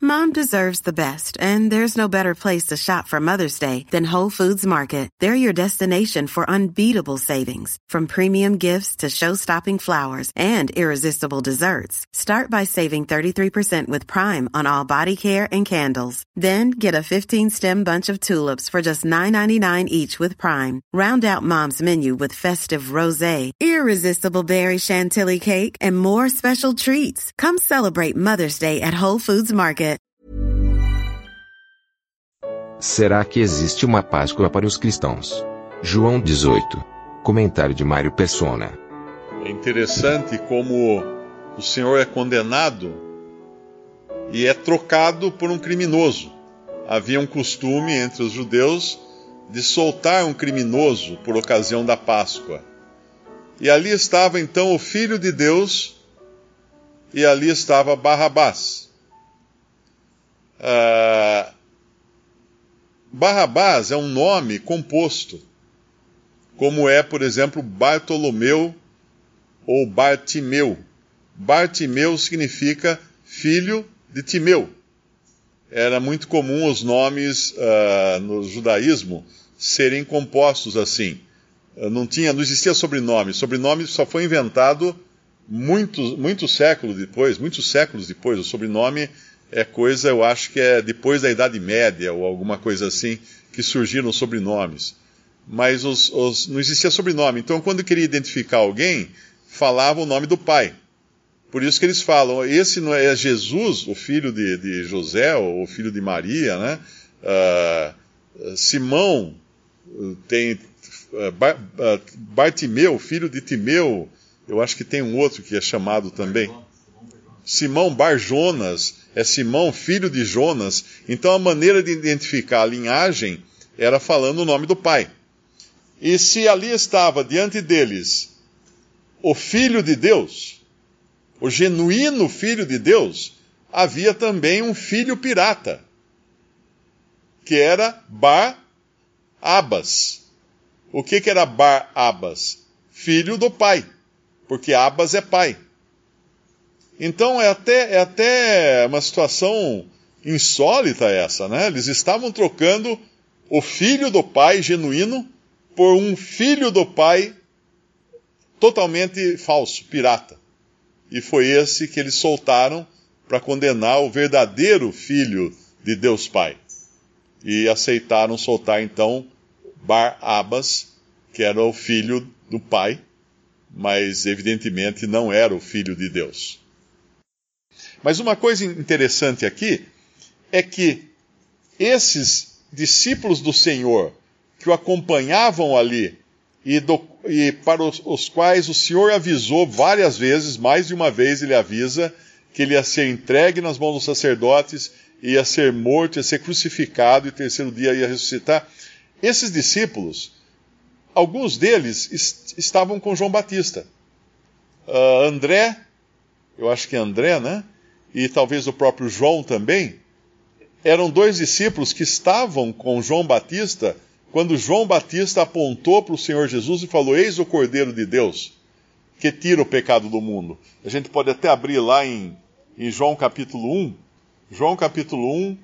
Mom deserves the best, and there's no better place to shop for Mother's Day than Whole Foods Market. They're your destination for unbeatable savings, from premium gifts to show-stopping flowers and irresistible desserts. Start by saving 33% with Prime on all body care and candles. Then get a 15-stem bunch of tulips for just $9.99 each with Prime. Round out Mom's menu with festive rosé, irresistible berry chantilly cake, and more special treats. Come celebrate Mother's Day at Whole Foods Market. Será que existe uma Páscoa para os cristãos? João 18. Comentário de Mário Persona. É interessante como o Senhor é condenado e é trocado por um criminoso. Havia um costume entre os judeus de soltar um criminoso por ocasião da Páscoa. E ali estava então o Filho de Deus e ali estava Barrabás. Barrabás é um nome composto, como é, por exemplo, Bartolomeu ou Bartimeu. Bartimeu significa filho de Timeu. Era muito comum os nomes no judaísmo serem compostos assim. Não existia sobrenome. Sobrenome só foi inventado muitos séculos depois. O sobrenome é coisa, eu acho que é depois da Idade Média ou alguma coisa assim, que surgiram os sobrenomes. Mas não existia sobrenome. Então, quando queria identificar alguém, falava o nome do pai. Por isso que eles falam, esse não é Jesus, o filho de José, ou o filho de Maria, né? Simão, tem Bartimeu, filho de Timeu, eu acho que tem um outro que é chamado também. Simão Bar-Jonas, é Simão, filho de Jonas. Então a maneira de identificar a linhagem era falando o nome do pai. E se ali estava diante deles o Filho de Deus, o genuíno Filho de Deus, havia também um filho pirata, que era Bar-Abas. O que era Bar-Abas? Filho do pai, porque Abas é pai. Então é até uma situação insólita essa, né? Eles estavam trocando o filho do pai genuíno por um filho do pai totalmente falso, pirata. E foi esse que eles soltaram para condenar o verdadeiro filho de Deus Pai. E aceitaram soltar então Bar-Abas, que era o filho do pai, mas evidentemente não era o filho de Deus. Mas uma coisa interessante aqui é que esses discípulos do Senhor que o acompanhavam ali e para os quais o Senhor avisou várias vezes, mais de uma vez ele avisa que ele ia ser entregue nas mãos dos sacerdotes, ia ser morto, ia ser crucificado e terceiro dia ia ressuscitar. Esses discípulos, alguns deles estavam com João Batista. André, eu acho que é André, né? E talvez o próprio João também, eram dois discípulos que estavam com João Batista quando João Batista apontou para o Senhor Jesus e falou: eis o Cordeiro de Deus, que tira o pecado do mundo. A gente pode até abrir lá em João capítulo 1, João capítulo 1,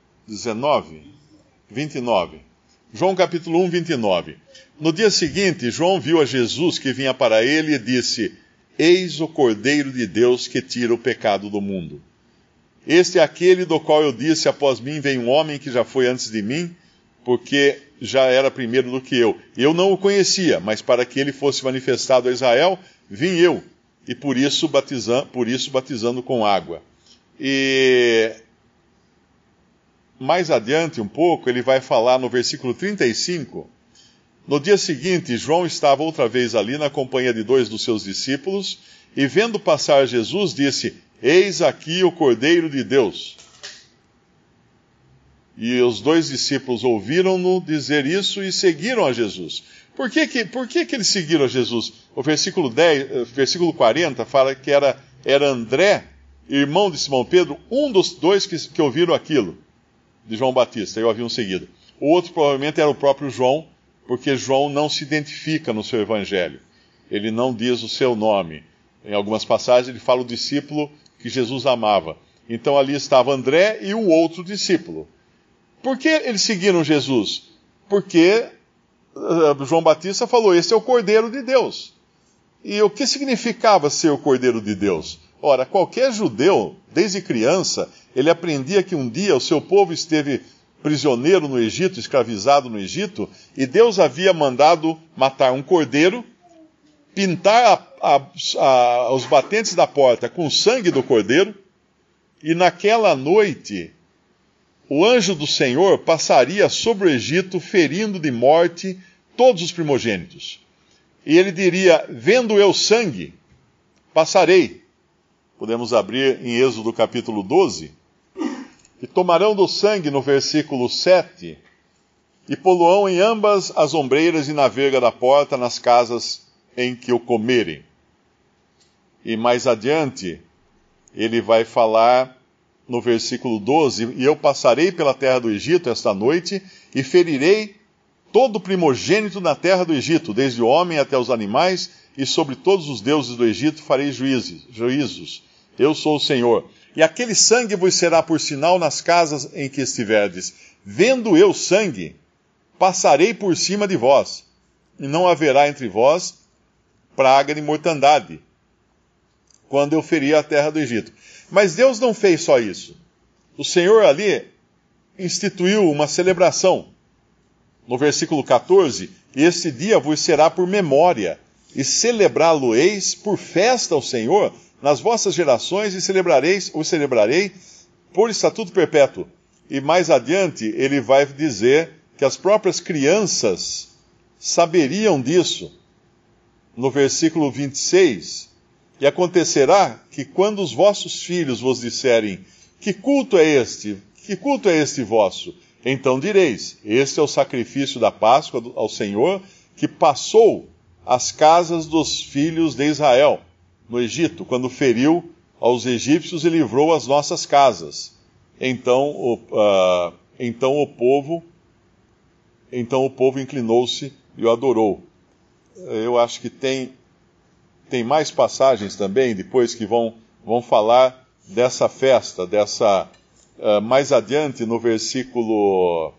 29. João capítulo 1, 29. No dia seguinte, João viu a Jesus que vinha para ele e disse: eis o Cordeiro de Deus que tira o pecado do mundo. Este é aquele do qual eu disse: após mim vem um homem que já foi antes de mim, porque já era primeiro do que eu. Eu não o conhecia, mas para que ele fosse manifestado a Israel, vim eu, e por isso batizando com água. E mais adiante um pouco, ele vai falar no versículo 35... No dia seguinte, João estava outra vez ali na companhia de dois dos seus discípulos, e vendo passar Jesus, disse: eis aqui o Cordeiro de Deus. E os dois discípulos ouviram-no dizer isso e seguiram a Jesus. Por que eles seguiram a Jesus? O versículo 40 fala que era André, irmão de Simão Pedro, um dos dois que ouviram aquilo de João Batista e o haviam seguido. O outro provavelmente era o próprio João, porque João não se identifica no seu evangelho. Ele não diz o seu nome. Em algumas passagens ele fala o discípulo que Jesus amava. Então ali estava André e o outro discípulo. Por que eles seguiram Jesus? Porque João Batista falou, esse é o Cordeiro de Deus. E o que significava ser o Cordeiro de Deus? Ora, qualquer judeu, desde criança, ele aprendia que um dia o seu povo esteve prisioneiro no Egito, escravizado no Egito, e Deus havia mandado matar um cordeiro, pintar os batentes da porta com o sangue do cordeiro, e naquela noite o anjo do Senhor passaria sobre o Egito, ferindo de morte todos os primogênitos. E ele diria, vendo eu sangue, passarei. Podemos abrir em Êxodo capítulo 12. E tomarão do sangue, no versículo 7, e poluão em ambas as ombreiras e na verga da porta, nas casas em que o comerem. E mais adiante, ele vai falar no versículo 12, e eu passarei pela terra do Egito esta noite, e ferirei todo o primogênito na terra do Egito, desde o homem até os animais, e sobre todos os deuses do Egito farei juízos. Eu sou o Senhor. E aquele sangue vos será por sinal nas casas em que estiverdes. Vendo eu sangue, passarei por cima de vós, e não haverá entre vós praga de mortandade, quando eu ferir a terra do Egito. Mas Deus não fez só isso. O Senhor ali instituiu uma celebração. No versículo 14, este dia vos será por memória, e celebrá-lo-eis por festa ao Senhor nas vossas gerações, e o celebrarei por estatuto perpétuo. E mais adiante ele vai dizer que as próprias crianças saberiam disso. No versículo 26, e acontecerá que quando os vossos filhos vos disserem, que culto é este? Que culto é este vosso? Então direis, este é o sacrifício da Páscoa ao Senhor, que passou as casas dos filhos de Israel no Egito, quando feriu aos egípcios e livrou as nossas casas. Então o povo inclinou-se e o adorou. Eu acho que tem mais passagens também, depois que vão falar dessa festa, mais adiante no versículo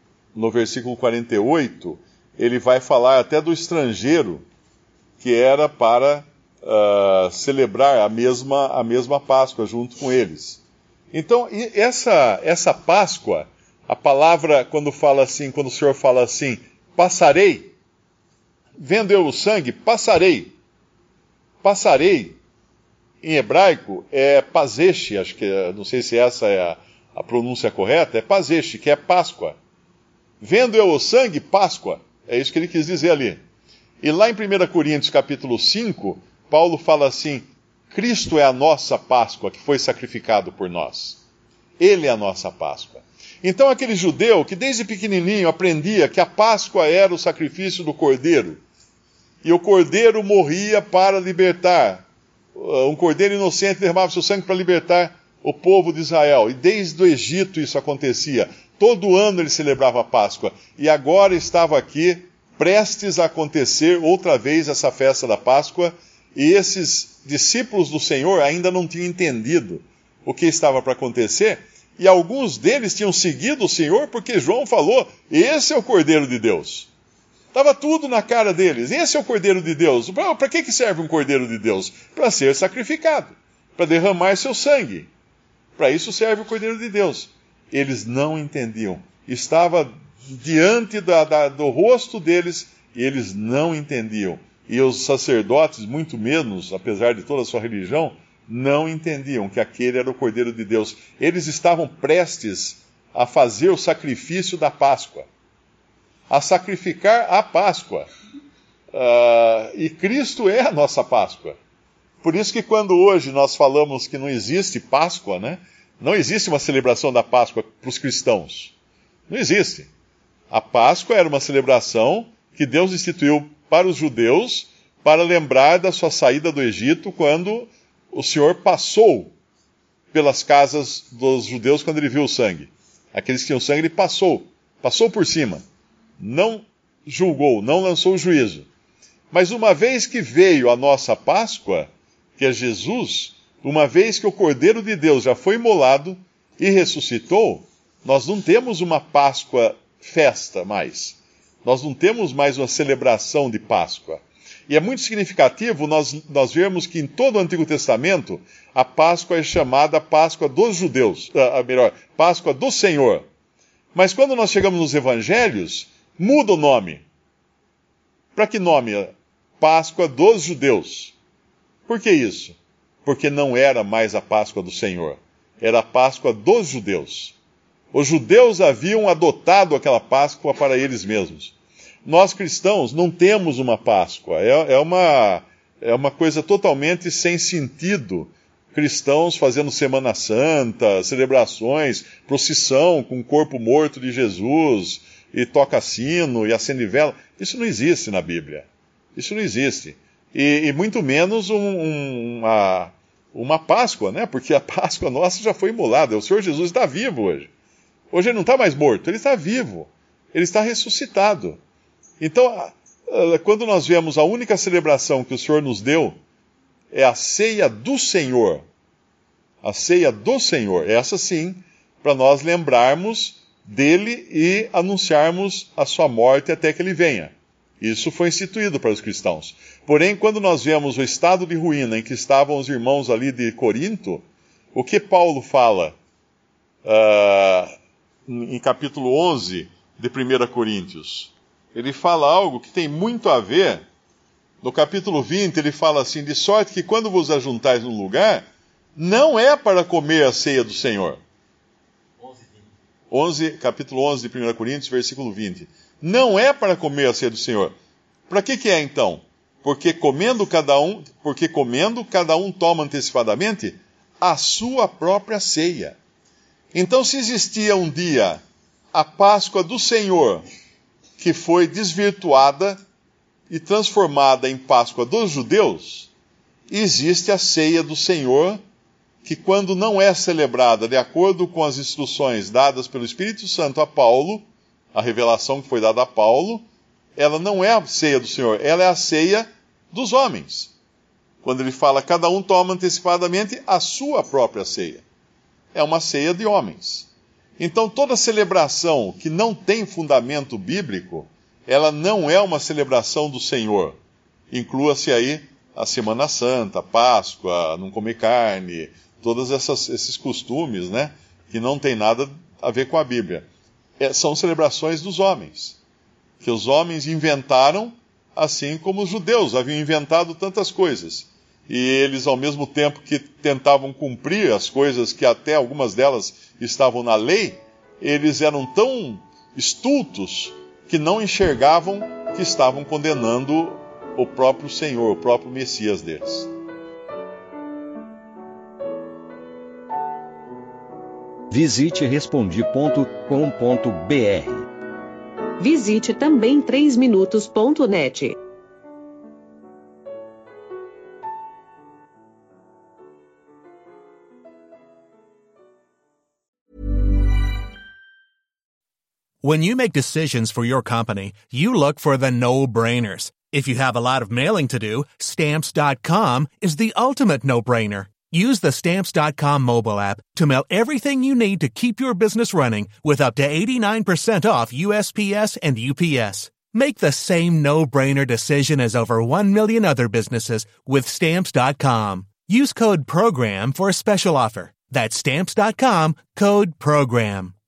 48, ele vai falar até do estrangeiro, que era para celebrar a mesma Páscoa junto com eles. Então, essa Páscoa, a palavra, quando o Senhor fala assim, passarei, vendo eu o sangue, passarei. Passarei, em hebraico, é pazesh, acho que, não sei se essa é a pronúncia correta, é pazesh, que é Páscoa. Vendo eu o sangue, Páscoa. É isso que ele quis dizer ali. E lá em 1 Coríntios capítulo 5, Paulo fala assim, Cristo é a nossa Páscoa, que foi sacrificado por nós. Ele é a nossa Páscoa. Então aquele judeu que desde pequenininho aprendia que a Páscoa era o sacrifício do cordeiro, e o cordeiro morria para libertar, um cordeiro inocente derramava seu sangue para libertar o povo de Israel. E desde o Egito isso acontecia. Todo ano ele celebrava a Páscoa. E agora estava aqui, prestes a acontecer outra vez essa festa da Páscoa. E esses discípulos do Senhor ainda não tinham entendido o que estava para acontecer. E alguns deles tinham seguido o Senhor porque João falou, esse é o Cordeiro de Deus. Estava tudo na cara deles. Esse é o Cordeiro de Deus. Para que serve um Cordeiro de Deus? Para ser sacrificado, para derramar seu sangue. Para isso serve o Cordeiro de Deus. Eles não entendiam. Estava diante do rosto deles e eles não entendiam. E os sacerdotes, muito menos, apesar de toda a sua religião, não entendiam que aquele era o Cordeiro de Deus. Eles estavam prestes a fazer o sacrifício da Páscoa, a sacrificar a Páscoa. E Cristo é a nossa Páscoa. Por isso que quando hoje nós falamos que não existe Páscoa, né? Não existe uma celebração da Páscoa para os cristãos. Não existe. A Páscoa era uma celebração que Deus instituiu para os judeus para lembrar da sua saída do Egito quando o Senhor passou pelas casas dos judeus quando ele viu o sangue. Aqueles que tinham sangue, ele passou por cima. Não julgou, não lançou juízo. Mas uma vez que veio a nossa Páscoa, que é Jesus, uma vez que o Cordeiro de Deus já foi imolado e ressuscitou, nós não temos uma Páscoa festa mais. Nós não temos mais uma celebração de Páscoa. E é muito significativo nós vermos que em todo o Antigo Testamento, a Páscoa é chamada Páscoa dos judeus, Páscoa do Senhor. Mas quando nós chegamos nos Evangelhos, muda o nome. Para que nome? Páscoa dos judeus. Por que isso? Porque não era mais a Páscoa do Senhor. Era a Páscoa dos judeus. Os judeus haviam adotado aquela Páscoa para eles mesmos. Nós cristãos não temos uma Páscoa. É uma coisa totalmente sem sentido. Cristãos fazendo Semana Santa, celebrações, procissão com o corpo morto de Jesus, e toca sino e acende vela. Isso não existe na Bíblia. Isso não existe. E muito menos uma Páscoa, né? Porque a Páscoa nossa já foi imolada. O Senhor Jesus está vivo hoje. Hoje ele não está mais morto, ele está vivo. Ele está ressuscitado. Então, quando nós vemos a única celebração que o Senhor nos deu, é a ceia do Senhor. A ceia do Senhor. Essa sim, para nós lembrarmos dele e anunciarmos a sua morte até que ele venha. Isso foi instituído para os cristãos. Porém, quando nós vemos o estado de ruína em que estavam os irmãos ali de Corinto, o que Paulo fala em capítulo 11 de 1 Coríntios? Ele fala algo que tem muito a ver. No capítulo 20, ele fala assim: de sorte que quando vos ajuntais num lugar, não é para comer a ceia do Senhor. Capítulo 11 de 1 Coríntios, versículo 20. Não é para comer a ceia do Senhor. Para que é então? Porque comendo cada um toma antecipadamente a sua própria ceia. Então, se existia um dia a Páscoa do Senhor, que foi desvirtuada e transformada em Páscoa dos judeus, existe a ceia do Senhor, que quando não é celebrada de acordo com as instruções dadas pelo Espírito Santo a Paulo, a revelação que foi dada a Paulo, ela não é a ceia do Senhor, ela é a ceia dos homens. Quando ele fala, cada um toma antecipadamente a sua própria ceia. É uma ceia de homens. Então, toda celebração que não tem fundamento bíblico, ela não é uma celebração do Senhor. Inclua-se aí a Semana Santa, a Páscoa, não comer carne, todos esses costumes, né, que não tem nada a ver com a Bíblia. São celebrações dos homens, que os homens inventaram, assim como os judeus haviam inventado tantas coisas. E eles, ao mesmo tempo que tentavam cumprir as coisas que até algumas delas estavam na lei, eles eram tão estultos que não enxergavam que estavam condenando o próprio Senhor, o próprio Messias deles. Visite Respondi.com.br. Visite também 3minutos.net. When you make decisions for your company, you look for the no-brainers. If you have a lot of mailing to do, Stamps.com is the ultimate no-brainer. Use the Stamps.com mobile app to mail everything you need to keep your business running with up to 89% off USPS and UPS. Make the same no-brainer decision as over 1 million other businesses with Stamps.com. Use code PROGRAM for a special offer. That's Stamps.com, code PROGRAM.